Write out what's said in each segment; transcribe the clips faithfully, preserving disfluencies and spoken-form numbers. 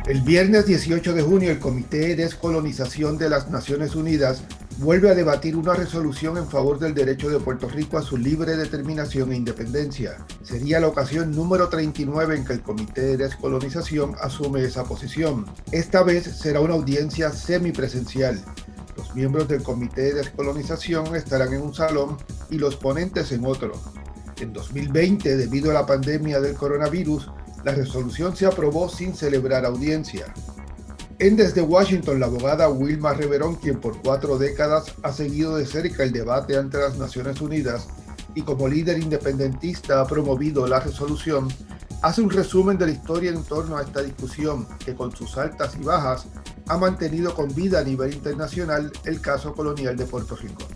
El viernes dieciocho de junio, el Comité de Descolonización de las Naciones Unidas vuelve a debatir una resolución en favor del derecho de Puerto Rico a su libre determinación e independencia. Sería la ocasión número treinta y nueve en que el Comité de Descolonización asume esa posición. Esta vez será una audiencia semipresencial. Los miembros del Comité de Descolonización estarán en un salón y los ponentes en otro. En dos mil veinte, debido a la pandemia del coronavirus, la resolución se aprobó sin celebrar audiencia. En Desde Washington, la abogada Wilma Reverón, quien por cuatro décadas ha seguido de cerca el debate ante las Naciones Unidas y como líder independentista ha promovido la resolución, hace un resumen de la historia en torno a esta discusión que, con sus altas y bajas, ha mantenido con vida a nivel internacional el caso colonial de Puerto Rico.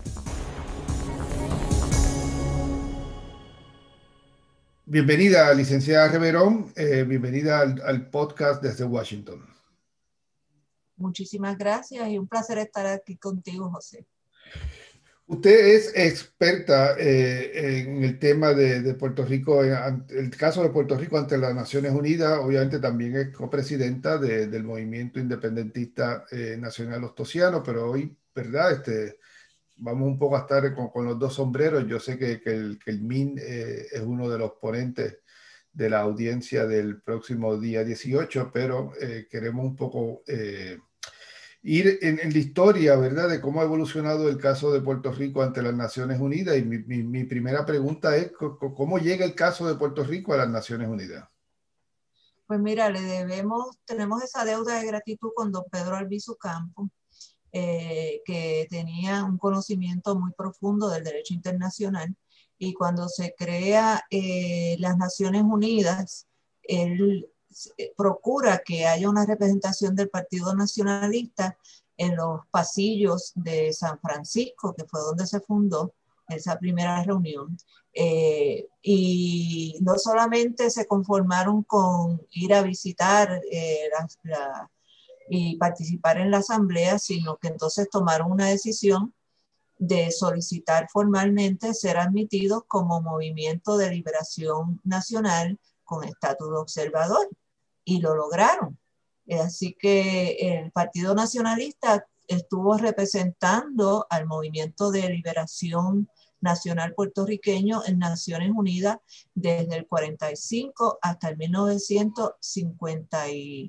Bienvenida, licenciada Reverón, eh, bienvenida al, al podcast Desde Washington. Muchísimas gracias y un placer estar aquí contigo, José. Usted es experta eh, en el tema de, de Puerto Rico, en el caso de Puerto Rico ante las Naciones Unidas. Obviamente también es copresidenta de, del movimiento independentista eh, nacional ostosiano, pero hoy, ¿verdad? Este, vamos un poco a estar con, con los dos sombreros. Yo sé que, que, el, que el M I N eh, es uno de los ponentes de la audiencia del próximo día dieciocho, pero eh, queremos un poco eh, ir en, en la historia, ¿verdad?, de cómo ha evolucionado el caso de Puerto Rico ante las Naciones Unidas. Y mi, mi, mi primera pregunta es, ¿cómo llega el caso de Puerto Rico a las Naciones Unidas? Pues mira, le debemos, tenemos esa deuda de gratitud con don Pedro Albizu Campos, eh, que tenía un conocimiento muy profundo del derecho internacional, y cuando se crea eh, las Naciones Unidas, él procura que haya una representación del Partido Nacionalista en los pasillos de San Francisco, que fue donde se fundó esa primera reunión. Eh, y no solamente se conformaron con ir a visitar eh, la, la, y participar en la asamblea, sino que entonces tomaron una decisión de solicitar formalmente ser admitidos como movimiento de liberación nacional con estatus de observador, y lo lograron. Así que el Partido Nacionalista estuvo representando al movimiento de liberación nacional puertorriqueño en Naciones Unidas desde el cuarenta y cinco hasta el mil novecientos cincuenta,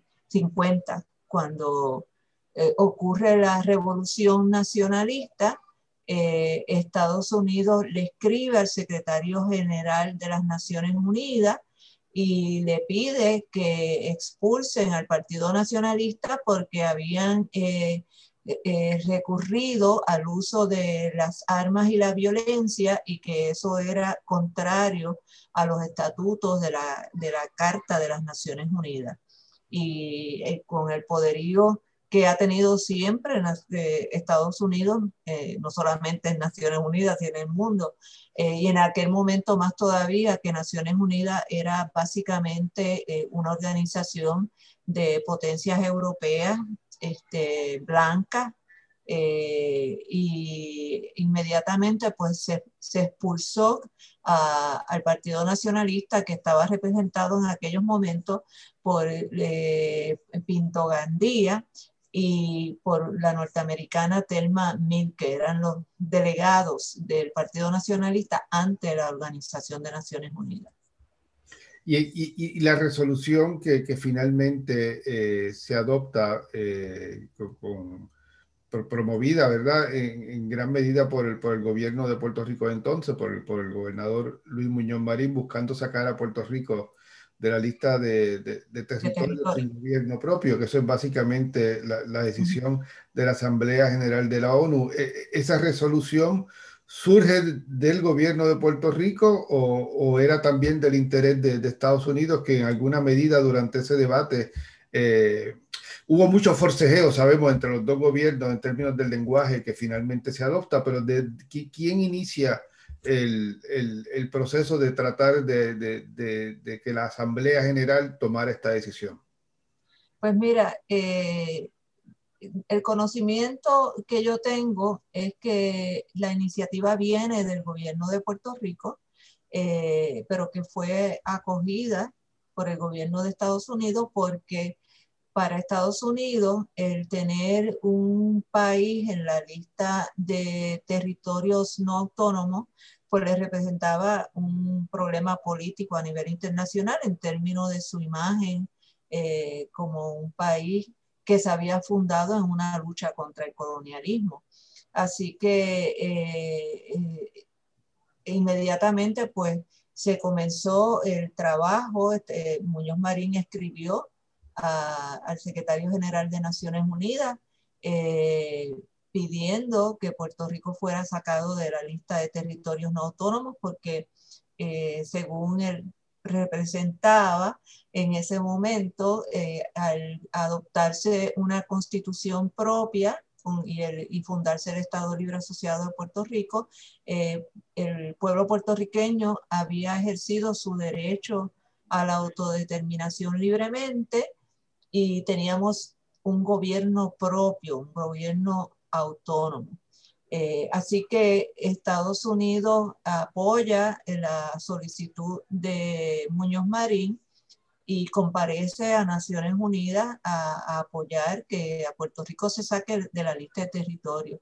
cuando eh, ocurre la Revolución Nacionalista. Eh, Estados Unidos le escribe al secretario general de las Naciones Unidas y le pide que expulsen al Partido Nacionalista porque habían eh, eh, recurrido al uso de las armas y la violencia, y que eso era contrario a los estatutos de la, de la Carta de las Naciones Unidas. Y eh, con el poderío que ha tenido siempre en eh, Estados Unidos, eh, no solamente en Naciones Unidas, sino en el mundo, eh, y en aquel momento más todavía, que Naciones Unidas era básicamente eh, una organización de potencias europeas este, blancas, eh, y inmediatamente pues se, se expulsó a, al Partido Nacionalista, que estaba representado en aquellos momentos por eh, Pinto Gandía y por la norteamericana Thelma Milk, que eran los delegados del Partido Nacionalista ante la Organización de Naciones Unidas. Y, y, y la resolución que, que finalmente eh, se adopta eh, con, con, promovida, ¿verdad?, en, en gran medida por el, por el gobierno de Puerto Rico de entonces, por el, por el gobernador Luis Muñoz Marín, buscando sacar a Puerto Rico de la lista de, de, de territorios sin gobierno propio, que eso es básicamente la, la decisión uh-huh. de la Asamblea General de la ONU. ¿Esa resolución surge del gobierno de Puerto Rico o, o era también del interés de, de Estados Unidos, que en alguna medida durante ese debate eh, hubo mucho forcejeo, sabemos, entre los dos gobiernos en términos del lenguaje que finalmente se adopta, pero de, de, ¿quién inicia el, el, el proceso de tratar de, de, de, de que la Asamblea General tomara esta decisión? Pues mira, eh, el conocimiento que yo tengo es que la iniciativa viene del gobierno de Puerto Rico, eh, pero que fue acogida por el gobierno de Estados Unidos porque para Estados Unidos, el tener un país en la lista de territorios no autónomos, pues le representaba un problema político a nivel internacional en términos de su imagen eh, como un país que se había fundado en una lucha contra el colonialismo. Así que eh, eh, inmediatamente pues se comenzó el trabajo. Este, Muñoz Marín escribió a, al secretario general de Naciones Unidas eh, pidiendo que Puerto Rico fuera sacado de la lista de territorios no autónomos porque eh, según él representaba en ese momento, eh, al adoptarse una constitución propia y, el, y fundarse el Estado Libre Asociado de Puerto Rico, eh, el pueblo puertorriqueño había ejercido su derecho a la autodeterminación libremente y teníamos un gobierno propio, un gobierno autónomo. Eh, así que Estados Unidos apoya la solicitud de Muñoz Marín y comparece a Naciones Unidas a, a apoyar que a Puerto Rico se saque de la lista de territorios.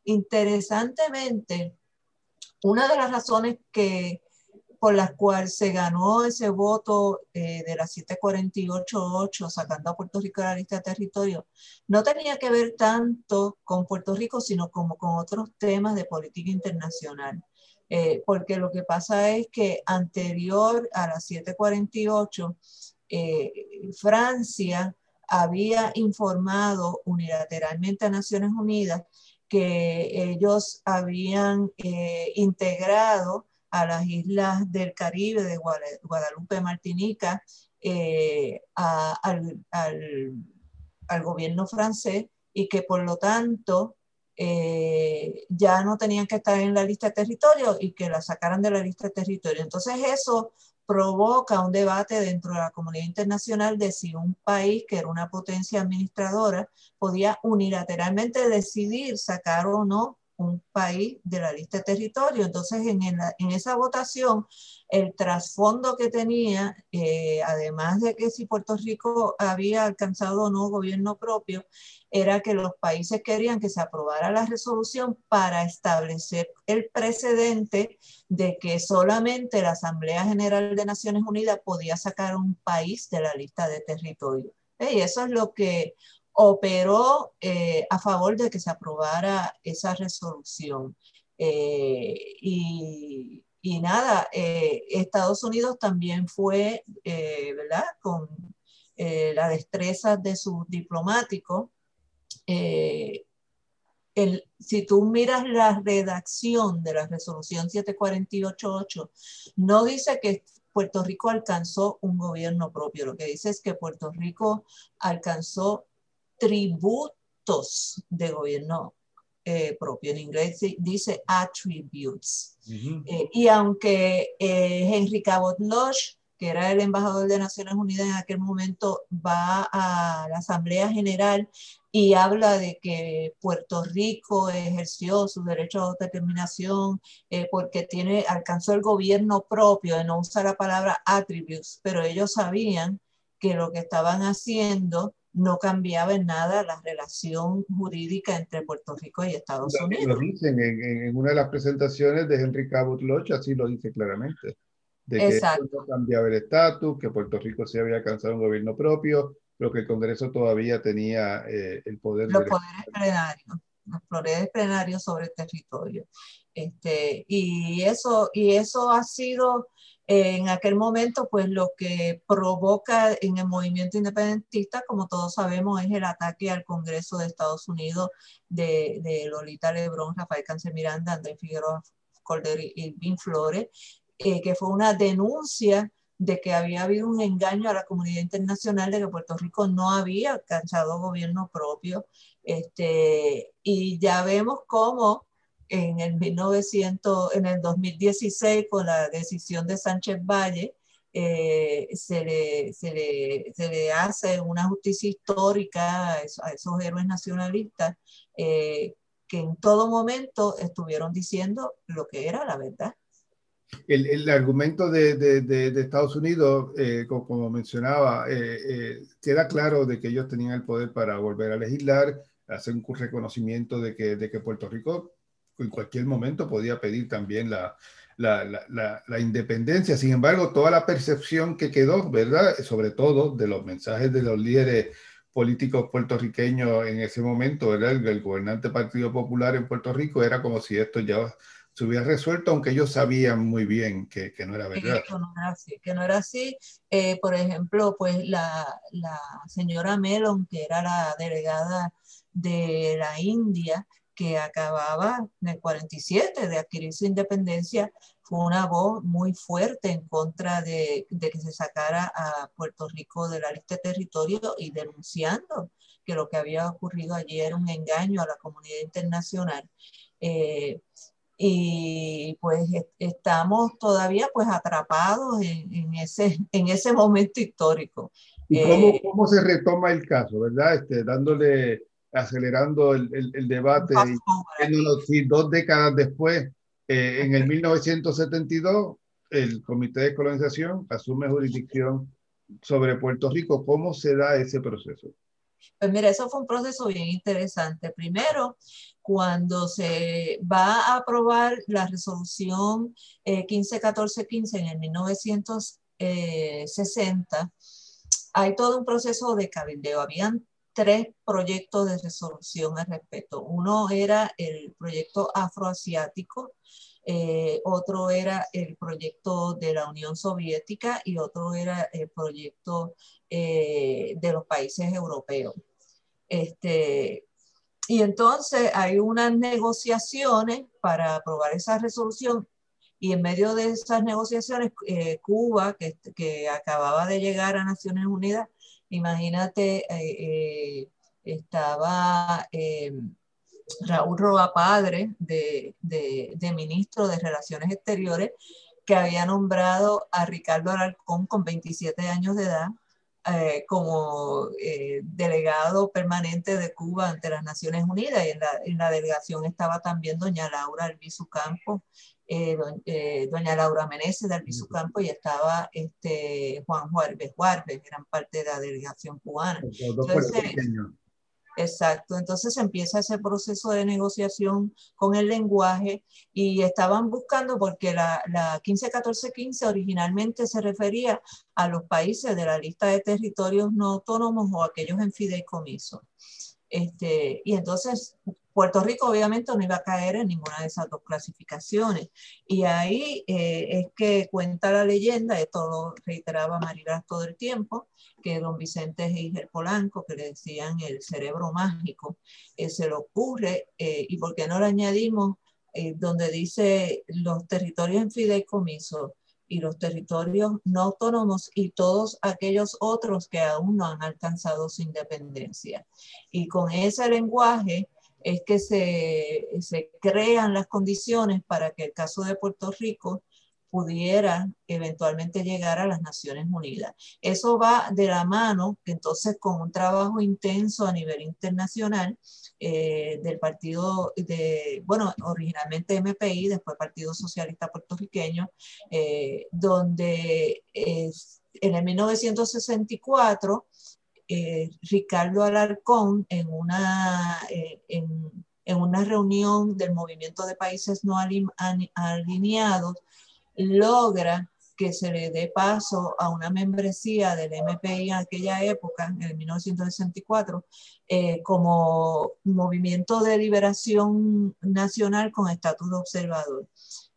Interesantemente, una de las razones que, por las cuales se ganó ese voto eh, de la setecientos cuarenta y ocho punto ocho sacando a Puerto Rico de la lista de territorio, no tenía que ver tanto con Puerto Rico, sino como con otros temas de política internacional. Eh, porque lo que pasa es que anterior a la setecientos cuarenta y ocho, eh, Francia había informado unilateralmente a Naciones Unidas que ellos habían eh, integrado a las islas del Caribe, de Guadalupe, Martinica, eh, a, al, al, al gobierno francés y que por lo tanto eh, ya no tenían que estar en la lista de territorio y que la sacaran de la lista de territorio. Entonces eso provoca un debate dentro de la comunidad internacional de si un país que era una potencia administradora podía unilateralmente decidir sacar o no un país de la lista de territorio. Entonces, en, en, la, en esa votación, el trasfondo que tenía, eh, además de que si Puerto Rico había alcanzado o no gobierno propio, era que los países querían que se aprobara la resolución para establecer el precedente de que solamente la Asamblea General de Naciones Unidas podía sacar un país de la lista de territorio. Y eso es lo que operó eh, a favor de que se aprobara esa resolución. Eh, y, y nada, eh, Estados Unidos también fue, eh, ¿verdad?, con eh, la destreza de sus diplomáticos. Eh, el, si tú miras la redacción de la resolución setecientos cuarenta y ocho punto ocho, no dice que Puerto Rico alcanzó un gobierno propio, lo que dice es que Puerto Rico alcanzó tributos de gobierno eh, propio. En inglés dice attributes. Uh-huh. eh, y aunque eh, Henry Cabot Lodge, que era el embajador de Naciones Unidas en aquel momento, va a la Asamblea General y habla de que Puerto Rico ejerció su derecho a autodeterminación eh, porque tiene, alcanzó el gobierno propio, no usa la palabra attributes, pero ellos sabían que lo que estaban haciendo no cambiaba en nada la relación jurídica entre Puerto Rico y Estados lo, Unidos. Lo dicen en, en una de las presentaciones de Henry Cabot Lodge, así lo dice claramente, de que no cambiaba el estatus, que Puerto Rico sí había alcanzado un gobierno propio, pero que el Congreso todavía tenía eh, el poder. Los poderes plenarios, los poderes plenarios sobre el territorio. Este, y, eso, y eso ha sido eh, en aquel momento pues lo que provoca en el movimiento independentista, como todos sabemos, es el ataque al Congreso de Estados Unidos de, de Lolita Lebrón, Rafael Cáncer Miranda, Andrés Figueroa Cordero y Irving Flores, eh, que fue una denuncia de que había habido un engaño a la comunidad internacional de que Puerto Rico no había alcanzado gobierno propio. Este, y ya vemos cómo en el, mil novecientos, en el dos mil dieciséis, con la decisión de Sánchez Valle, eh, se, le, se, le, se le hace una justicia histórica a esos, a esos héroes nacionalistas eh, que en todo momento estuvieron diciendo lo que era la verdad. El, el argumento de, de, de, de Estados Unidos, eh, como, como, mencionaba, eh, eh, queda claro de que ellos tenían el poder para volver a legislar, hacer un reconocimiento de que, de que Puerto Rico en cualquier momento podía pedir también la, la, la, la, la independencia. Sin embargo, toda la percepción que quedó, ¿verdad? Sobre todo de los mensajes de los líderes políticos puertorriqueños en ese momento, ¿verdad? El, el gobernante Partido Popular en Puerto Rico era como si esto ya se hubiera resuelto, aunque ellos sabían muy bien que, que no era verdad. Esto no era así, que no era así. Eh, por ejemplo, pues la, la señora Mellon, que era la delegada de la India, que acababa en el cuarenta y siete de adquirir su independencia, fue una voz muy fuerte en contra de, de que se sacara a Puerto Rico de la lista de territorio y denunciando que lo que había ocurrido allí era un engaño a la comunidad internacional. Eh, y pues estamos todavía pues atrapados en, en, ese, en ese momento histórico. ¿Y cómo, eh, cómo se retoma el caso, verdad? Este, dándole, acelerando el, el, el debate, y dos décadas después, eh, en el mil novecientos setenta y dos, el Comité de Descolonización asume jurisdicción sobre Puerto Rico. ¿Cómo se da ese proceso? Pues mira, eso fue un proceso bien interesante. Primero, cuando se va a aprobar la resolución eh, quince catorce quince en el mil novecientos sesenta, hay todo un proceso de cabildeo. Habían tres proyectos de resolución al respecto. Uno era el proyecto afroasiático, eh, otro era el proyecto de la Unión Soviética y otro era el proyecto eh, de los países europeos. Este, y entonces hay unas negociaciones para aprobar esa resolución y en medio de esas negociaciones eh, Cuba, que, que acababa de llegar a Naciones Unidas, imagínate, eh, eh, estaba eh, Raúl Roa Padre de, de, de ministro de Relaciones Exteriores, que había nombrado a Ricardo Alarcón con veintisiete años de edad eh, como eh, delegado permanente de Cuba ante las Naciones Unidas, y en la, en la delegación estaba también doña Laura Albizu Campos, eh, do, eh, doña Laura Meneses de Albizu Campos, y estaba este, Juan Juárez Juárez, que eran parte de la delegación cubana. Los dos puertorriqueños. Exacto, entonces empieza ese proceso de negociación con el lenguaje y estaban buscando, porque la, la quince catorce quince originalmente se refería a los países de la lista de territorios no autónomos o aquellos en fideicomiso. Este, y entonces Puerto Rico obviamente no iba a caer en ninguna de esas dos clasificaciones. Y ahí eh, es que cuenta la leyenda, esto lo reiteraba Marilas todo el tiempo, que don Vicente Heiger Polanco, que le decían el cerebro mágico, eh, se le ocurre, eh, y por qué no le añadimos, eh, donde dice los territorios en fideicomiso y los territorios no autónomos y todos aquellos otros que aún no han alcanzado su independencia. Y con ese lenguaje es que se, se crean las condiciones para que el caso de Puerto Rico pudiera eventualmente llegar a las Naciones Unidas. Eso va de la mano, entonces, con un trabajo intenso a nivel internacional eh, del partido, de, bueno, originalmente M P I, después Partido Socialista Puertorriqueño, eh, donde eh, en el mil novecientos sesenta y cuatro, eh, Ricardo Alarcón, en una, eh, en, en una reunión del Movimiento de Países No Alineados, logra que se le dé paso a una membresía del M P I en aquella época, en mil novecientos sesenta y cuatro, eh, como Movimiento de Liberación Nacional con estatus de observador.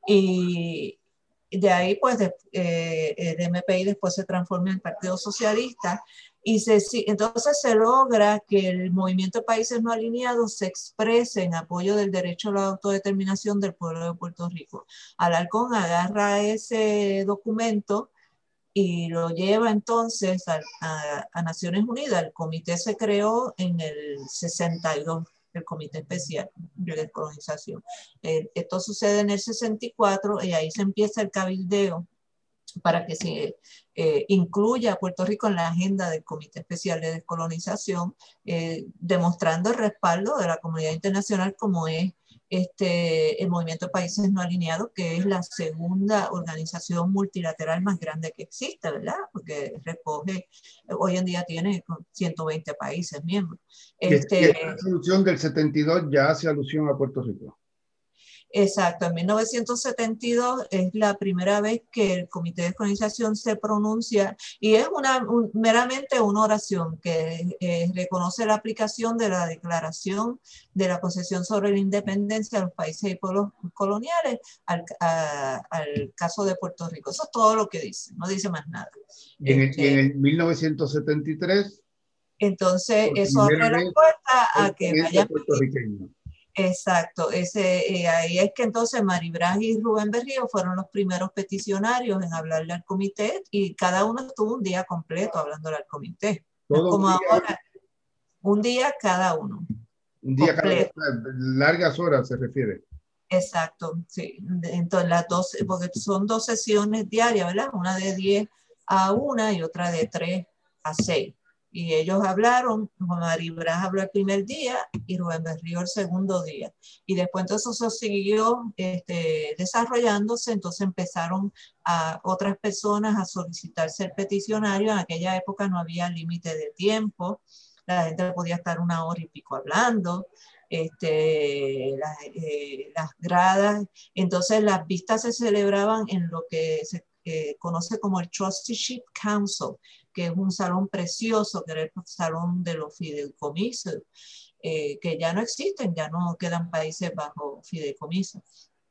Y de ahí, pues, de, eh, el M P I después se transforma en Partido Socialista, y se, entonces se logra que el Movimiento de Países No Alineados se exprese en apoyo del derecho a la autodeterminación del pueblo de Puerto Rico. Alarcón agarra ese documento y lo lleva entonces a, a, a Naciones Unidas. El comité se creó en el sesenta y dos, el Comité Especial de Descolonización. Eh, esto sucede en el sesenta y cuatro y ahí se empieza el cabildeo para que se eh, incluya a Puerto Rico en la agenda del Comité Especial de Descolonización, eh, demostrando el respaldo de la comunidad internacional, como es este, el Movimiento de Países No Alineados, que es la segunda organización multilateral más grande que existe, ¿verdad? Porque recoge, hoy en día tiene ciento veinte países miembros. Este, y esta Este, resolución del setenta y dos ya hace alusión a Puerto Rico. Exacto, en mil novecientos setenta y dos es la primera vez que el Comité de Descolonización se pronuncia y es una, un, meramente una oración que eh, reconoce la aplicación de la Declaración de la Concesión sobre la Independencia de los países y pueblos coloniales al, a, al caso de Puerto Rico. Eso es todo lo que dice, no dice más nada. Y en, Este, el, y en el mil novecientos setenta y tres, entonces, por eso primera abre la vez, puerta a el que presidente vayan. puertorriqueño. Exacto, ese, eh, ahí es que entonces Maribraz y Rubén Berrío fueron los primeros peticionarios en hablarle al comité y cada uno estuvo un día completo hablándole al comité. No es Todo un como día, ahora, un día cada uno, un día cada completo. largas horas se refiere. Exacto, sí. Entonces las dos, porque son dos sesiones diarias, ¿verdad? Una de diez a una y otra de tres a seis. Y ellos hablaron, Juan Maribraz habló el primer día y Rubén Berrío el segundo día. Y después entonces eso siguió este, desarrollándose, entonces empezaron a otras personas a solicitar ser peticionarios. En aquella época no había límite de tiempo, la gente podía estar una hora y pico hablando. Este, las, eh, las gradas, entonces las vistas se celebraban en lo que se eh, conoce como el Trusteeship Council, que es un salón precioso, que era el salón de los fideicomisos, eh, que ya no existen, ya no quedan países bajo fideicomisos.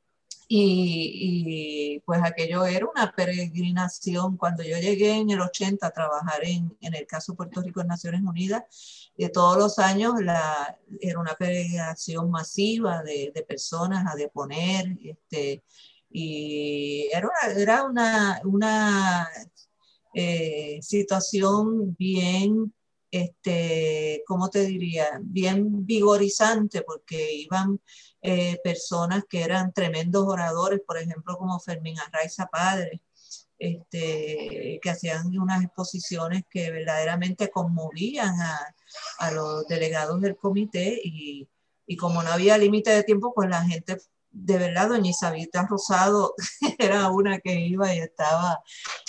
Y, y pues aquello era una peregrinación. Cuando yo llegué en el ochenta a trabajar en, en el caso Puerto Rico en Naciones Unidas, de todos los años la, era una peregrinación masiva de, de personas a deponer, este, y era una, era una, una eh, situación bien, este, ¿cómo te diría? Bien vigorizante, porque iban eh, personas que eran tremendos oradores, por ejemplo, como Fermín Arraiza Padre, este, que hacían unas exposiciones que verdaderamente conmovían a, a los delegados del comité y, y como no había límite de tiempo, pues la gente, de verdad, doña Isabita Rosado era una que iba y estaba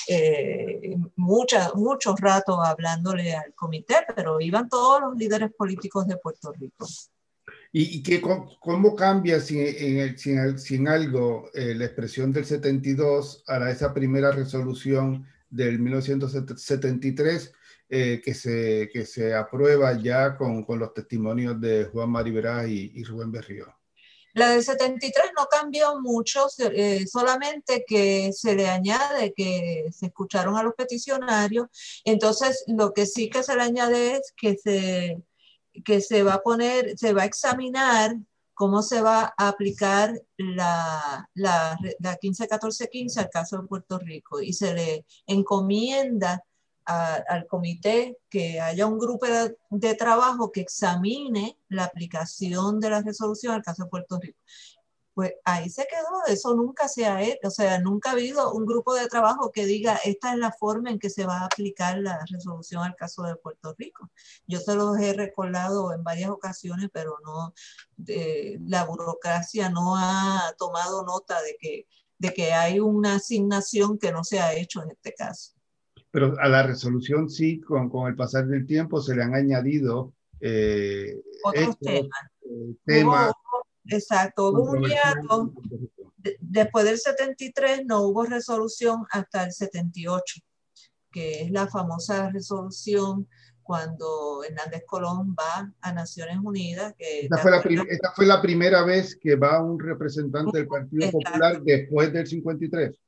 eh, mucha, muchos ratos hablándole al comité, pero iban todos los líderes políticos de Puerto Rico. ¿Y, y qué, cómo cambia si en, el, si en, el, si en algo eh, la expresión del setenta y dos a la, esa primera resolución del mil novecientos setenta y tres eh, que, se, que se aprueba ya con, con los testimonios de Juan Maribraz y, y Rubén Berrío? La del setenta y tres no cambió mucho, eh, solamente que se le añade que se escucharon a los peticionarios. Entonces, lo que sí que se le añade es que se, que se va a poner, se va a examinar cómo se va a aplicar la, la, la quince catorce quince al caso de Puerto Rico y se le encomienda a, al comité que haya un grupo de, de trabajo que examine la aplicación de la resolución al caso de Puerto Rico. Pues ahí se quedó, eso nunca se ha hecho, o sea, nunca ha habido un grupo de trabajo que diga esta es la forma en que se va a aplicar la resolución al caso de Puerto Rico. Yo se los he recordado en varias ocasiones, pero no, eh, la burocracia no ha tomado nota de que, de que hay una asignación que no se ha hecho en este caso. Pero a la resolución sí, con, con el pasar del tiempo se le han añadido eh, otros hechos, temas. eh, temas. Hubo, exacto, hubo un hiato. De, después del setenta y tres no hubo resolución hasta el setenta y ocho, que es la famosa resolución cuando Hernández Colón va a Naciones Unidas. Que, esta, fue la esta fue la primera vez que va un representante del Partido exacto. Popular después del cincuenta y tres.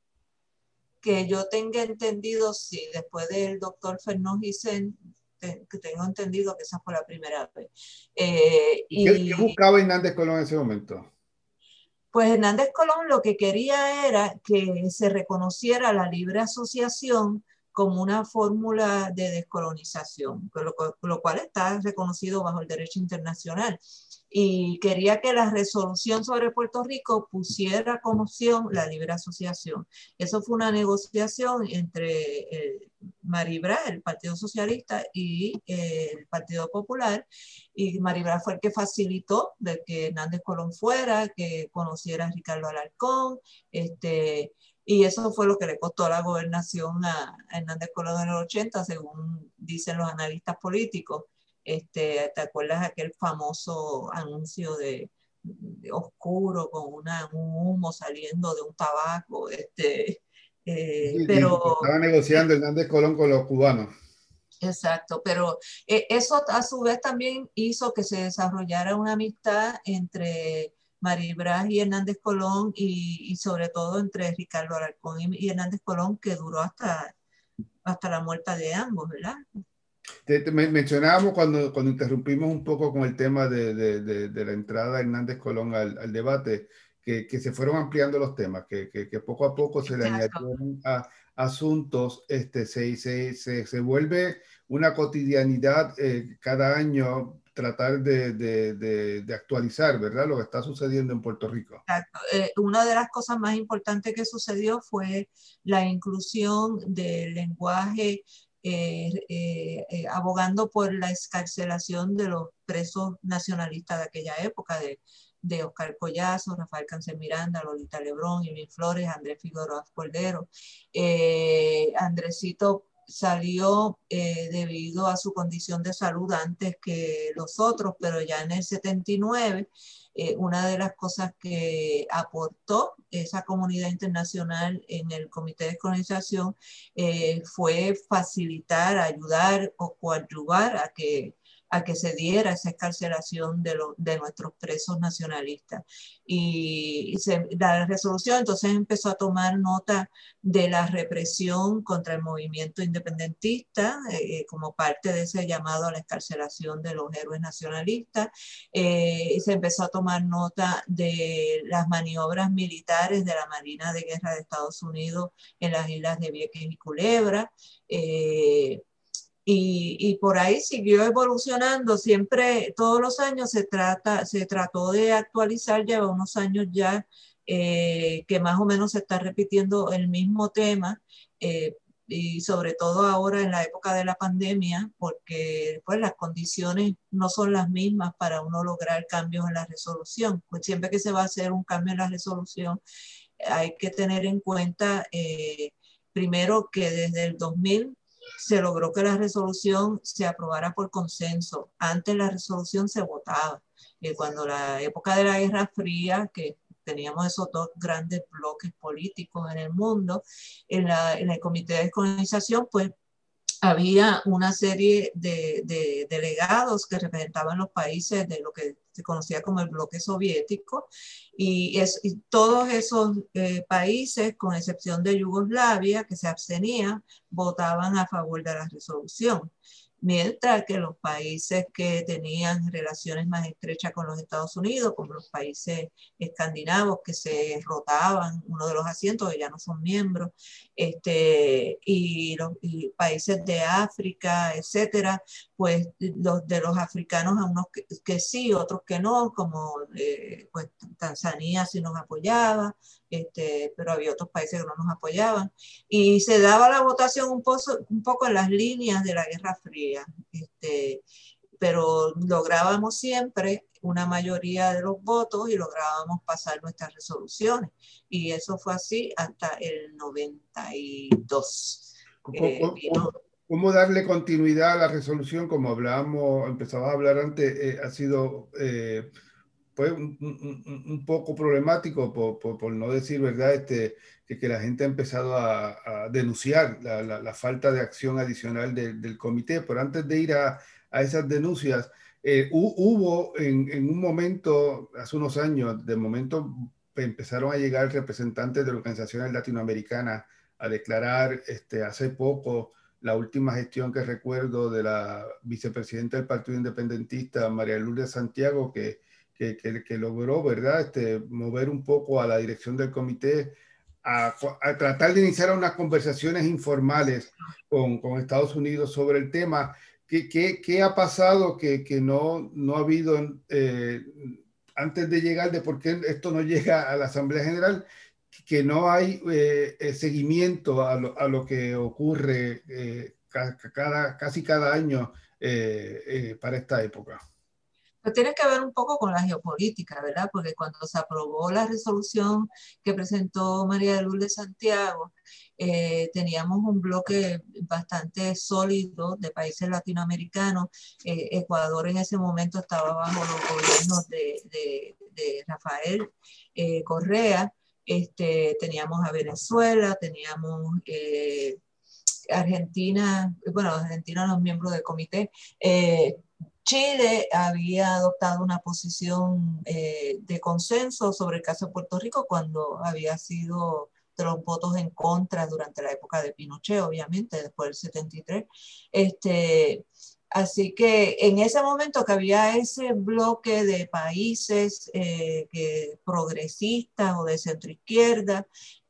Que yo tenga entendido, sí, después del doctor Fernó Gisen, que tengo entendido que esa fue la primera vez. Eh, y, ¿Qué, ¿Qué buscaba Hernández Colón en ese momento? Pues Hernández Colón lo que quería era que se reconociera la libre asociación como una fórmula de descolonización, lo, lo cual está reconocido bajo el derecho internacional. Y quería que la resolución sobre Puerto Rico pusiera como opción la libre asociación. Eso fue una negociación entre eh, Maribra, el Partido Socialista, y eh, el Partido Popular, y Maribra fue el que facilitó de que Hernández Colón fuera, que conociera a Ricardo Alarcón, este, y eso fue lo que le costó la gobernación a, a Hernández Colón en el ochenta, según dicen los analistas políticos. Este, ¿te acuerdas aquel famoso anuncio de, de oscuro con una, un humo saliendo de un tabaco? Este, eh, Sí, sí, pero estaba negociando Hernández Colón con los cubanos. Exacto, pero eh, eso a su vez también hizo que se desarrollara una amistad entre Maribraz y Hernández Colón y, y sobre todo entre Ricardo Alarcón y, y Hernández Colón, que duró hasta, hasta la muerte de ambos, ¿verdad? Te, te mencionábamos cuando, cuando interrumpimos un poco con el tema de, de, de, de la entrada de Hernández Colón al, al debate, que, que, se fueron ampliando los temas, que, que, que poco a poco se le Exacto. añadieron a, asuntos, este, se, se, se, se vuelve una cotidianidad eh, cada año tratar de, de, de, de actualizar, ¿verdad? Lo que está sucediendo en Puerto Rico. Exacto. Eh, una de las cosas más importantes que sucedió fue la inclusión del lenguaje eh, eh, eh, abogando por la excarcelación de los presos nacionalistas de aquella época, de, de Oscar Collazo, Rafael Cáncer Miranda, Lolita Lebrón, Irving Flores, Andrés Figueroa Cordero. Eh, Andresito salió eh, debido a su condición de salud antes que los otros, pero ya en el setenta y nueve eh, una de las cosas que aportó esa comunidad internacional en el Comité de Descolonización eh, fue facilitar, ayudar o coadyuvar a que a que se diera esa escarcelación de, lo, de nuestros presos nacionalistas. Y, y se, la resolución entonces empezó a tomar nota de la represión contra el movimiento independentista eh, como parte de ese llamado a la escarcelación de los héroes nacionalistas. Eh, se empezó a tomar nota de las maniobras militares de la Marina de Guerra de Estados Unidos en las islas de Vieques y Culebra. Eh, Y, y por ahí siguió evolucionando, siempre, todos los años se, trata, se trató de actualizar, lleva unos años ya eh, que más o menos se está repitiendo el mismo tema, eh, y sobre todo ahora en la época de la pandemia, porque pues, las condiciones no son las mismas para uno lograr cambios en la resolución. Pues siempre que se va a hacer un cambio en la resolución, hay que tener en cuenta eh, primero que desde el dos mil se logró que la resolución se aprobara por consenso. Antes la resolución se votaba. Eh, cuando la época de la Guerra Fría, que teníamos esos dos grandes bloques políticos en el mundo, en, la, en el Comité de Descolonización, pues había una serie de, de delegados que representaban los países de lo que se conocía como el bloque soviético, y, es, y todos esos eh, países, con excepción de Yugoslavia, que se abstenía, votaban a favor de la resolución. Mientras que los países que tenían relaciones más estrechas con los Estados Unidos, como los países escandinavos que se rotaban uno de los asientos, que ya no son miembros, este, y los y países de África, etcétera, pues los de los africanos, a unos que, que sí, otros que no, como eh, pues Tanzania sí nos apoyaba, este, pero había otros países que no nos apoyaban, y se daba la votación un poco, un poco en las líneas de la Guerra Fría, este, pero lográbamos siempre una mayoría de los votos y lográbamos pasar nuestras resoluciones, y eso fue así hasta el noventa y dos. ¿Cómo, Eh, cómo, cómo darle continuidad a la resolución? Como hablábamos, empezaba a hablar antes, eh, ha sido eh, pues un, un, un, poco problemático, por, por, por no decir, ¿verdad? Este, que, que la gente ha empezado a, a denunciar la, la, la, falta de acción adicional de, del comité. Pero antes de ir a, a esas denuncias, eh, hubo en, en un momento, hace unos años, de momento empezaron a llegar representantes de organizaciones latinoamericanas a declarar este, hace poco la última gestión que recuerdo de la vicepresidenta del Partido Independentista, María Lourdes Santiago, que, que, que, que logró, ¿verdad?, este, mover un poco a la dirección del comité a, a tratar de iniciar unas conversaciones informales con, con Estados Unidos sobre el tema. ¿Qué, qué, qué ha pasado que, que no, no ha habido eh, antes de llegar, de por qué esto no llega a la Asamblea General? Que no hay eh, eh, seguimiento a lo, a lo que ocurre eh, cada, casi cada año eh, eh, para esta época. Pues tiene que ver un poco con la geopolítica, ¿verdad? Porque cuando se aprobó la resolución que presentó María de Lourdes Santiago, eh, teníamos un bloque bastante sólido de países latinoamericanos. Eh, Ecuador en ese momento estaba bajo los gobiernos de, de, de Rafael eh, Correa. Este, teníamos a Venezuela, teníamos eh, Argentina, bueno, Argentina los miembros del comité. Eh, Chile había adoptado una posición eh, de consenso sobre el caso de Puerto Rico cuando había sido de los votos en contra durante la época de Pinochet, obviamente, después del setenta y tres. Este, así que en ese momento que había ese bloque de países eh, que, progresistas o de centroizquierda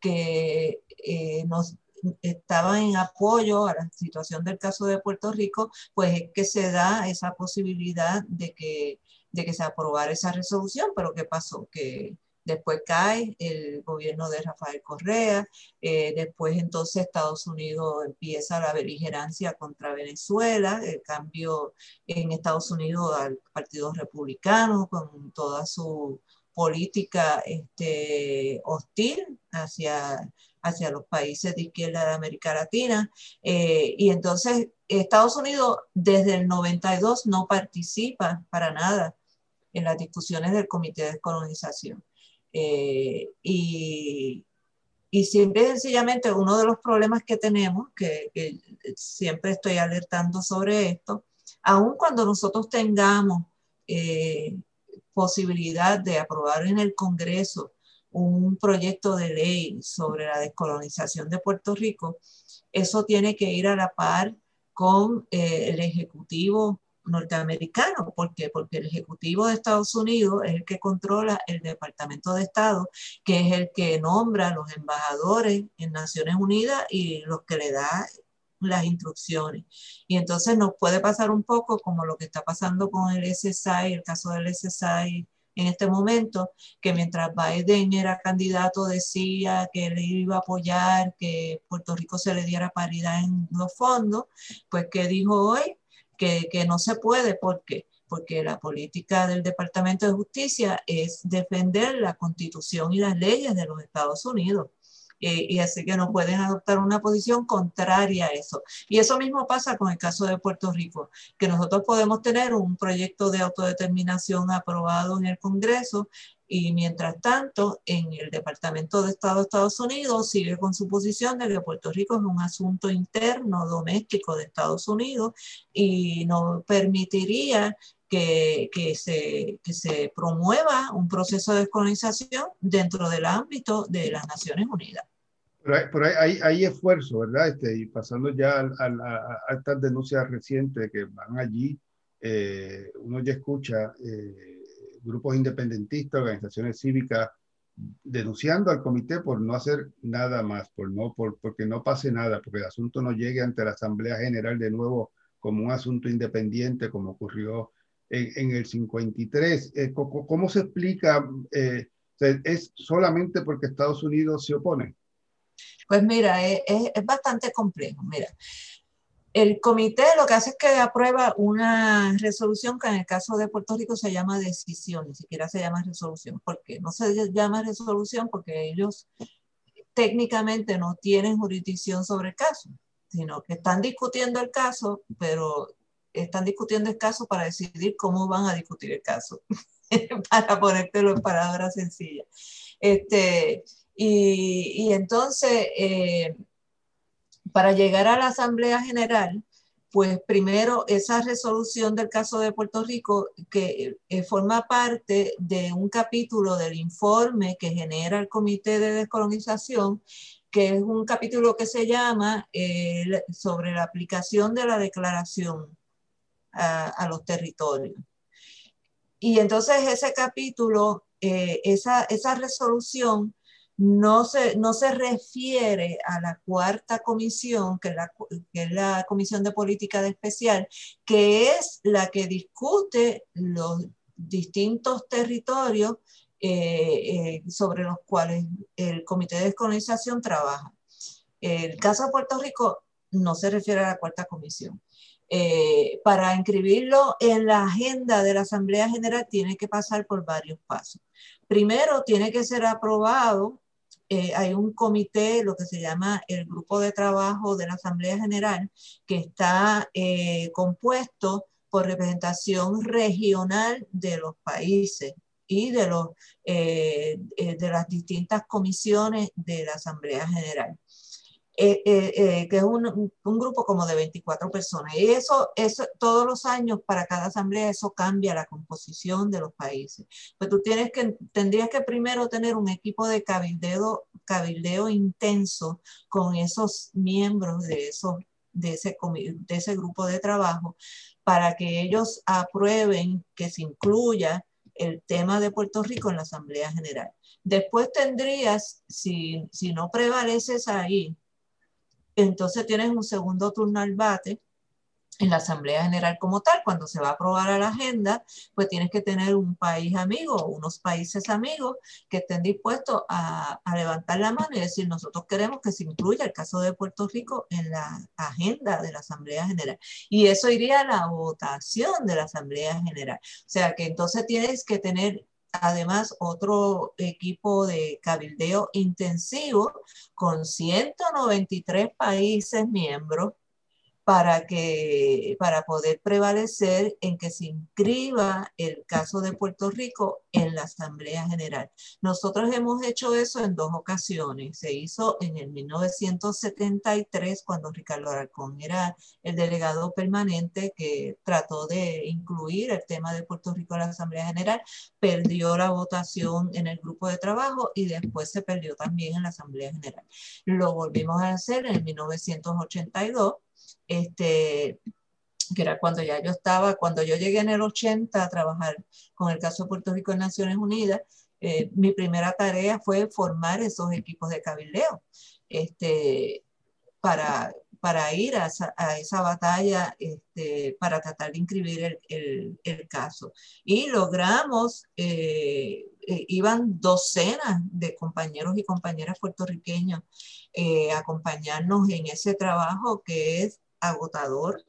que eh, nos estaban en apoyo a la situación del caso de Puerto Rico, pues es que se da esa posibilidad de que, de que se aprobara esa resolución. Pero ¿qué pasó? Que después cae el gobierno de Rafael Correa, eh, después entonces Estados Unidos empieza la beligerancia contra Venezuela, el cambio en Estados Unidos al Partido Republicano con toda su política este, hostil hacia hacia los países de izquierda de América Latina. Eh, y entonces Estados Unidos desde el noventa y dos no participa para nada en las discusiones del Comité de Descolonización. Eh, y, y simple y sencillamente uno de los problemas que tenemos, que, que siempre estoy alertando sobre esto, aun cuando nosotros tengamos eh, posibilidad de aprobar en el Congreso un proyecto de ley sobre la descolonización de Puerto Rico, eso tiene que ir a la par con eh, el Ejecutivo norteamericano. ¿Por qué? Porque el Ejecutivo de Estados Unidos es el que controla el Departamento de Estado, que es el que nombra a los embajadores en Naciones Unidas y los que le da las instrucciones. Y entonces nos puede pasar un poco como lo que está pasando con el S S I, el caso del S S I en este momento, que mientras Biden era candidato decía que le iba a apoyar que Puerto Rico se le diera paridad en los fondos, pues que dijo hoy que, que no se puede. ¿Por qué? Porque la política del Departamento de Justicia es defender la Constitución y las leyes de los Estados Unidos. Eh, y así que no pueden adoptar una posición contraria a eso. Y eso mismo pasa con el caso de Puerto Rico, que nosotros podemos tener un proyecto de autodeterminación aprobado en el Congreso y mientras tanto en el Departamento de Estado de Estados Unidos sigue con su posición de que Puerto Rico es un asunto interno, doméstico de Estados Unidos y no permitiría Que, que, se, que se promueva un proceso de descolonización dentro del ámbito de las Naciones Unidas. Pero hay, pero hay, hay, hay esfuerzo, ¿verdad? Este, y pasando ya a, a, a estas denuncias recientes que van allí, eh, uno ya escucha eh, grupos independentistas, organizaciones cívicas denunciando al comité por no hacer nada más, por no, por, porque no pase nada, porque el asunto no llegue ante la Asamblea General de nuevo como un asunto independiente, como ocurrió en, en el cincuenta y tres. Eh, ¿cómo, ¿Cómo se explica? Eh, ¿Es solamente porque Estados Unidos se opone? Pues mira, es, es bastante complejo. Mira, el comité lo que hace es que aprueba una resolución que en el caso de Puerto Rico se llama decisión, ni siquiera se llama resolución. ¿Por qué? No se llama resolución porque ellos técnicamente no tienen jurisdicción sobre el caso, sino que están discutiendo el caso, pero están discutiendo el caso para decidir cómo van a discutir el caso, para ponértelo en palabras sencillas. Este, y, y entonces, eh, para llegar a la Asamblea General, pues primero esa resolución del caso de Puerto Rico que eh, forma parte de un capítulo del informe que genera el Comité de Descolonización, que es un capítulo que se llama eh, sobre la aplicación de la declaración a, a los territorios. Y entonces ese capítulo, eh, esa, esa resolución no se, no se refiere a la cuarta comisión, que es la, que es la Comisión de Política de Especial, que es la que discute los distintos territorios eh, eh, sobre los cuales el Comité de Descolonización trabaja. El caso de Puerto Rico no se refiere a la cuarta comisión. Eh, para inscribirlo en la agenda de la Asamblea General tiene que pasar por varios pasos. Primero, tiene que ser aprobado. Eh, hay un comité, lo que se llama el Grupo de Trabajo de la Asamblea General, que está eh, compuesto por representación regional de los países y de, los, eh, de las distintas comisiones de la Asamblea General. Eh, eh, eh, que es un, un grupo como de veinticuatro personas. Y eso, eso, todos los años para cada asamblea, eso cambia la composición de los países. Pues tú tienes que, tendrías que primero tener un equipo de cabildeo, cabildeo intenso con esos miembros de, esos, de, ese, de ese grupo de trabajo para que ellos aprueben que se incluya el tema de Puerto Rico en la Asamblea General. Después tendrías, si, si no prevaleces ahí, entonces tienes un segundo turno al bate en la Asamblea General como tal. Cuando se va a aprobar a la agenda, pues tienes que tener un país amigo, unos países amigos que estén dispuestos a, a levantar la mano y decir, nosotros queremos que se incluya el caso de Puerto Rico en la agenda de la Asamblea General. Y eso iría a la votación de la Asamblea General. O sea que entonces tienes que tener además otro equipo de cabildeo intensivo con ciento noventa y tres países miembros para, que, para poder prevalecer en que se inscriba el caso de Puerto Rico en la Asamblea General. Nosotros hemos hecho eso en dos ocasiones. Se hizo en el mil novecientos setenta y tres, cuando Ricardo Alarcón era el delegado permanente que trató de incluir el tema de Puerto Rico en la Asamblea General, perdió la votación en el grupo de trabajo y después se perdió también en la Asamblea General. Lo volvimos a hacer en el mil novecientos ochenta y dos, Este, que era cuando ya yo estaba, cuando yo llegué en el ochenta a trabajar con el caso de Puerto Rico en Naciones Unidas, eh, mi primera tarea fue formar esos equipos de cabildeo este, para, para ir a esa, a esa batalla este, para tratar de inscribir el, el, el caso. Y logramos, eh, eh, iban docenas de compañeros y compañeras puertorriqueños eh, acompañarnos en ese trabajo que es agotador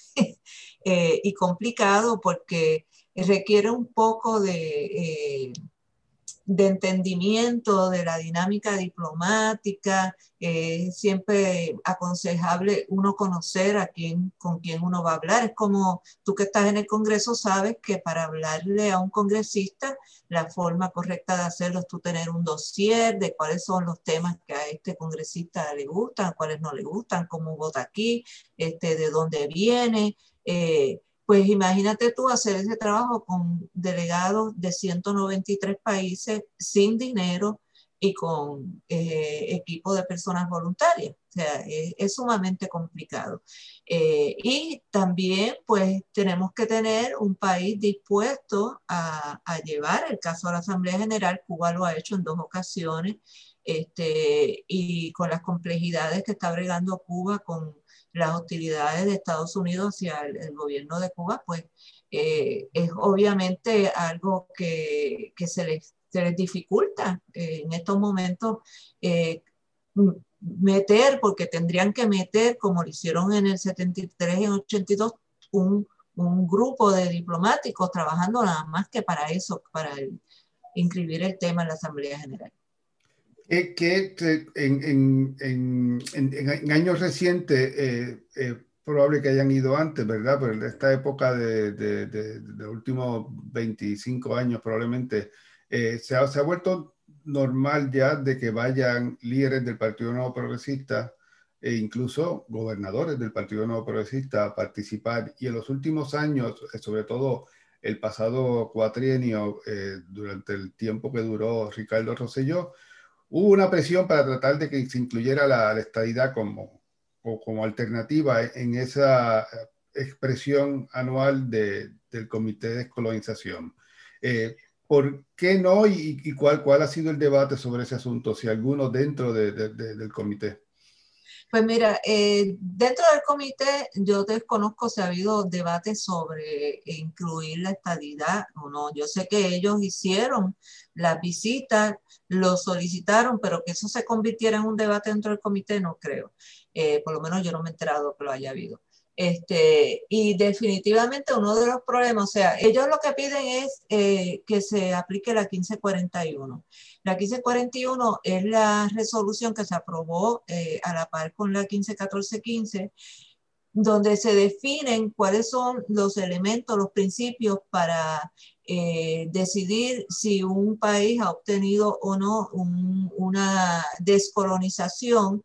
eh, y complicado porque requiere un poco de, eh, de entendimiento de la dinámica diplomática. Eh, siempre aconsejable uno conocer a quién, con quién uno va a hablar. Es como tú que estás en el Congreso sabes que para hablarle a un congresista la forma correcta de hacerlo es tú tener un dossier de cuáles son los temas que a este congresista le gustan, cuáles no le gustan, cómo vota aquí, este, de dónde viene. Eh, Pues imagínate tú hacer ese trabajo con delegados de ciento noventa y tres países sin dinero y con eh, equipo de personas voluntarias. O sea, es, es sumamente complicado. Eh, y también pues tenemos que tener un país dispuesto a, a llevar el caso a la Asamblea General. Cuba lo ha hecho en dos ocasiones este, y con las complejidades que está bregando Cuba con las hostilidades de Estados Unidos hacia el, el gobierno de Cuba, pues eh, es obviamente algo que, que se, les, se les dificulta eh, en estos momentos eh, meter, porque tendrían que meter, como lo hicieron en el setenta y tres y en el ochenta y dos, un, un grupo de diplomáticos trabajando nada más que para eso, para el, inscribir el tema en la Asamblea General. Que, que en, en, en, en, en años recientes eh, es probable que hayan ido antes, ¿verdad? Pero en esta época de, de, de, de los últimos veinticinco años probablemente eh, se, ha, se ha vuelto normal ya de que vayan líderes del Partido Nuevo Progresista e incluso gobernadores del Partido Nuevo Progresista a participar. Y en los últimos años, sobre todo el pasado cuatrienio, eh, durante el tiempo que duró Ricardo Rosselló, hubo una presión para tratar de que se incluyera la, la estadidad como, como alternativa en esa expresión anual de, del Comité de Descolonización. Eh, ¿por qué no y, y cuál, cuál ha sido el debate sobre ese asunto, si alguno dentro de, de, de, del comité? Pues mira, eh, dentro del comité yo desconozco si ha habido debate sobre incluir la estadidad o no. Yo sé que ellos hicieron las visitas, lo solicitaron, pero que eso se convirtiera en un debate dentro del comité no creo. Eh, por lo menos yo no me he enterado que lo haya habido. Este, y definitivamente uno de los problemas, o sea, ellos lo que piden es eh, que se aplique la quince cuarenta y uno. La quince cuarenta y uno es la resolución que se aprobó eh, a la par con la quince catorce quince, donde se definen cuáles son los elementos, los principios para eh, decidir si un país ha obtenido o no un, una descolonización,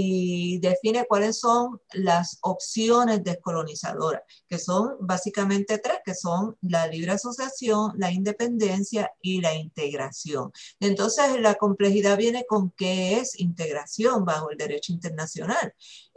y define cuáles son las opciones descolonizadoras, que son básicamente tres, que son la libre asociación, la independencia y la integración. Entonces, la complejidad viene con qué es integración bajo el derecho internacional.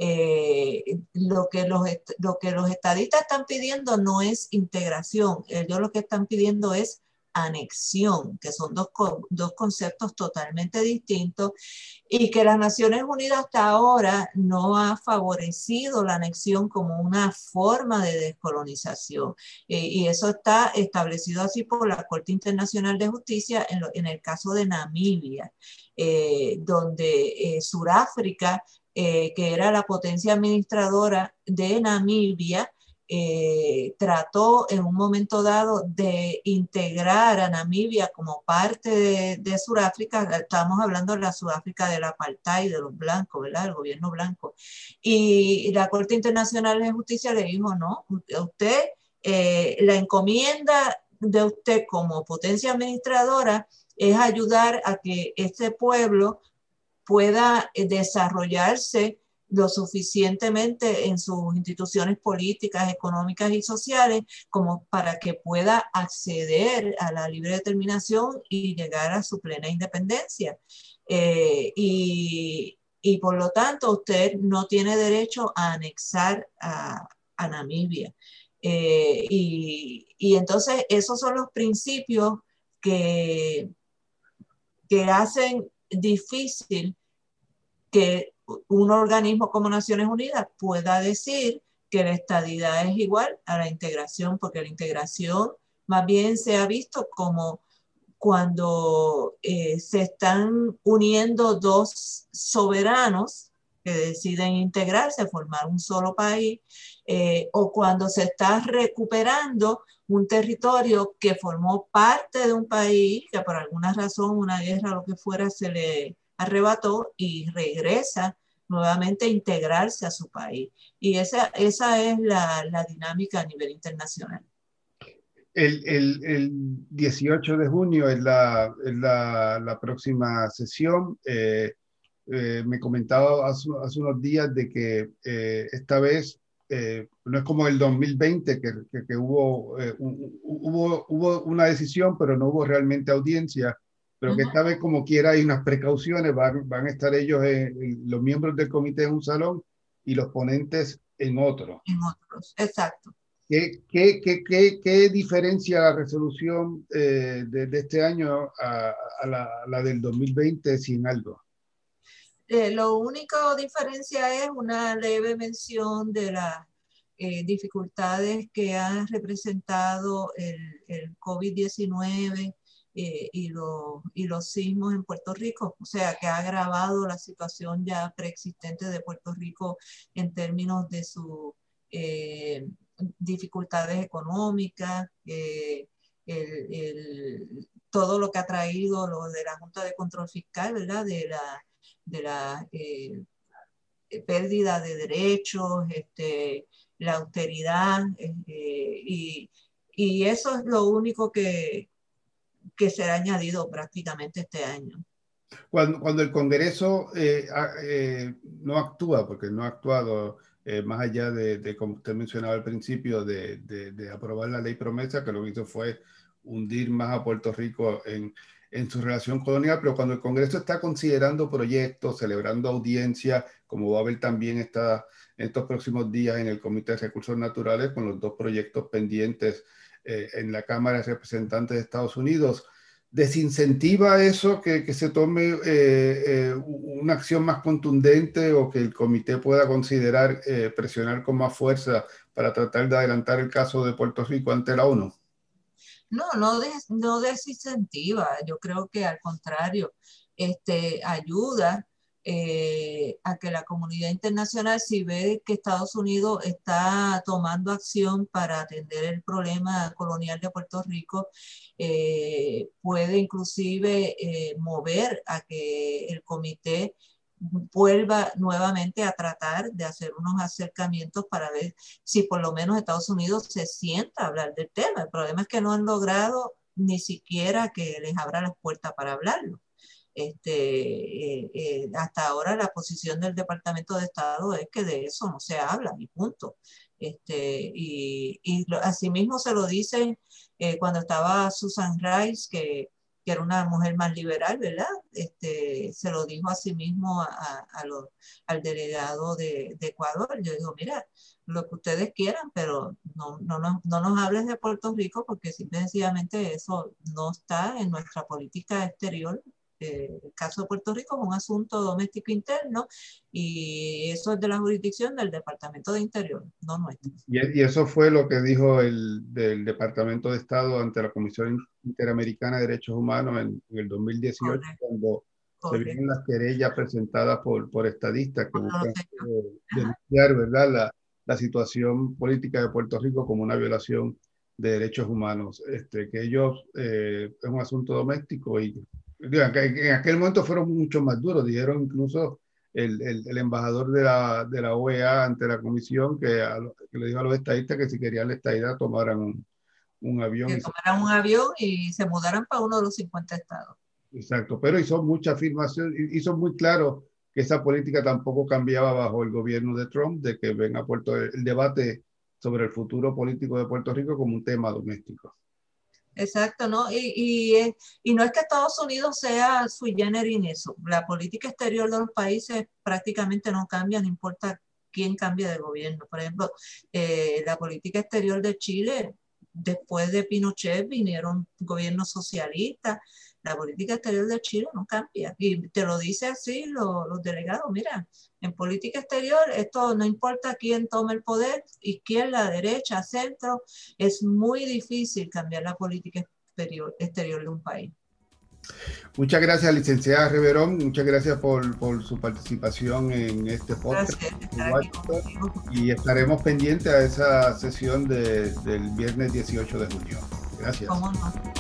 Eh, lo, que los, lo que los estadistas están pidiendo no es integración, ellos lo que están pidiendo es anexión, que son dos, dos conceptos totalmente distintos, y que las Naciones Unidas hasta ahora no ha favorecido la anexión como una forma de descolonización. Eh, y eso está establecido así por la Corte Internacional de Justicia en, lo, en el caso de Namibia, eh, donde eh, Sudáfrica, eh, que era la potencia administradora de Namibia, Eh, trató en un momento dado de integrar a Namibia como parte de, de Sudáfrica. Estamos hablando de la Sudáfrica del apartheid, de los blancos, ¿verdad? El gobierno blanco. Y la Corte Internacional de Justicia le dijo, no, usted, eh, la encomienda de usted como potencia administradora es ayudar a que este pueblo pueda desarrollarse lo suficientemente en sus instituciones políticas, económicas y sociales como para que pueda acceder a la libre determinación y llegar a su plena independencia. Eh, y, y por lo tanto, usted no tiene derecho a anexar a, a Namibia. Eh, y, y entonces esos son los principios que, que hacen difícil que un organismo como Naciones Unidas pueda decir que la estadidad es igual a la integración, porque la integración más bien se ha visto como cuando eh, se están uniendo dos soberanos que deciden integrarse, formar un solo país, eh, o cuando se está recuperando un territorio que formó parte de un país, que por alguna razón, una guerra o lo que fuera, se le arrebató y regresa nuevamente a integrarse a su país. Y esa, esa es la, la dinámica a nivel internacional. El, el, el dieciocho de junio es la, es la, la próxima sesión. Eh, eh, me comentaba hace, hace unos días de que eh, esta vez eh, no es como el dos mil veinte, que, que, que hubo, eh, un, hubo, hubo una decisión, pero no hubo realmente audiencia, pero que esta vez como quiera hay unas precauciones, van, van a estar ellos, en, los miembros del comité en un salón y los ponentes en otro. En otros, exacto. ¿Qué, qué, qué, qué, qué diferencia la resolución eh, de, de este año a, a, la, a la del dos mil veinte, sin algo? Eh, lo único diferencia es una leve mención de las eh, dificultades que ha representado el, el COVID diecinueve eh, y, lo, y los sismos en Puerto Rico, o sea, que ha agravado la situación ya preexistente de Puerto Rico en términos de sus eh, dificultades económicas, eh, el, el, todo lo que ha traído lo de la Junta de Control Fiscal, ¿verdad? De la de la eh, pérdida de derechos, este, la austeridad, eh, y, y eso es lo único que, que se ha añadido prácticamente este año. Cuando, cuando el Congreso eh, eh, no actúa, porque no ha actuado eh, más allá de, de, como usted mencionaba al principio, de, de, de aprobar la ley promesa, que lo que hizo fue hundir más a Puerto Rico en, en su relación colonial, pero cuando el Congreso está considerando proyectos, celebrando audiencias, como va a haber también esta, en estos próximos días en el Comité de Recursos Naturales, con los dos proyectos pendientes eh, en la Cámara de Representantes de Estados Unidos. ¿Desincentiva eso que, que se tome eh, eh, una acción más contundente o que el comité pueda considerar eh, presionar con más fuerza para tratar de adelantar el caso de Puerto Rico ante la ONU? No, no, des, no desincentiva. Yo creo que al contrario, este, ayuda eh, a que la comunidad internacional, si ve que Estados Unidos está tomando acción para atender el problema colonial de Puerto Rico, eh, puede inclusive eh, mover a que el comité vuelva nuevamente a tratar de hacer unos acercamientos para ver si por lo menos Estados Unidos se sienta a hablar del tema. El problema es que no han logrado ni siquiera que les abra las puertas para hablarlo. Este, eh, eh, hasta ahora la posición del Departamento de Estado es que de eso no se habla, y punto. Este, y, y lo, asimismo se lo dicen eh, cuando estaba Susan Rice, que que era una mujer más liberal, ¿verdad? Este, se lo dijo a sí mismo a, a, a lo, al delegado de, de Ecuador. Yo digo, mira, lo que ustedes quieran, pero no, no, no, no nos hables de Puerto Rico porque simple y sencillamente eso no está en nuestra política exterior. Eh, el caso de Puerto Rico es un asunto doméstico interno y eso es de la jurisdicción del Departamento de Interior, no nuestro. Y, y eso fue lo que dijo el del Departamento de Estado ante la Comisión Interamericana de Derechos Humanos en, en el dos mil dieciocho, correcto, cuando correcto, se vieron las querellas presentadas por, por estadistas que buscan eh, denunciar, ¿verdad?, la, la situación política de Puerto Rico como una violación de derechos humanos, este, que ellos eh, es un asunto doméstico y digan, que en aquel momento fueron mucho más duros, dijeron incluso el, el, el embajador de la, de la O E A ante la comisión que, a, que le dijo a los estadistas que si querían la estadidad tomaran un, un avión. Que y tomaran se... un avión y se mudaran para uno de los cincuenta estados. Exacto, pero hizo mucha afirmación, hizo muy claro que esa política tampoco cambiaba bajo el gobierno de Trump, de que venga a Puerto, el debate sobre el futuro político de Puerto Rico como un tema doméstico. Exacto, ¿no? Y, y, y no es que Estados Unidos sea sui generis en eso. La política exterior de los países prácticamente no cambia, no importa quién cambie de gobierno. Por ejemplo, eh, la política exterior de Chile, después de Pinochet vinieron gobiernos socialistas. La política exterior de Chile no cambia. Y te lo dice así los, los delegados. Mira, en política exterior, esto no importa quién tome el poder, izquierda, derecha, centro, es muy difícil cambiar la política exterior, exterior de un país. Muchas gracias, licenciada Reverón. Muchas gracias por, por su participación en este podcast. Y estaremos pendientes a esa sesión de, del viernes dieciocho de junio. Gracias. ¿Cómo no?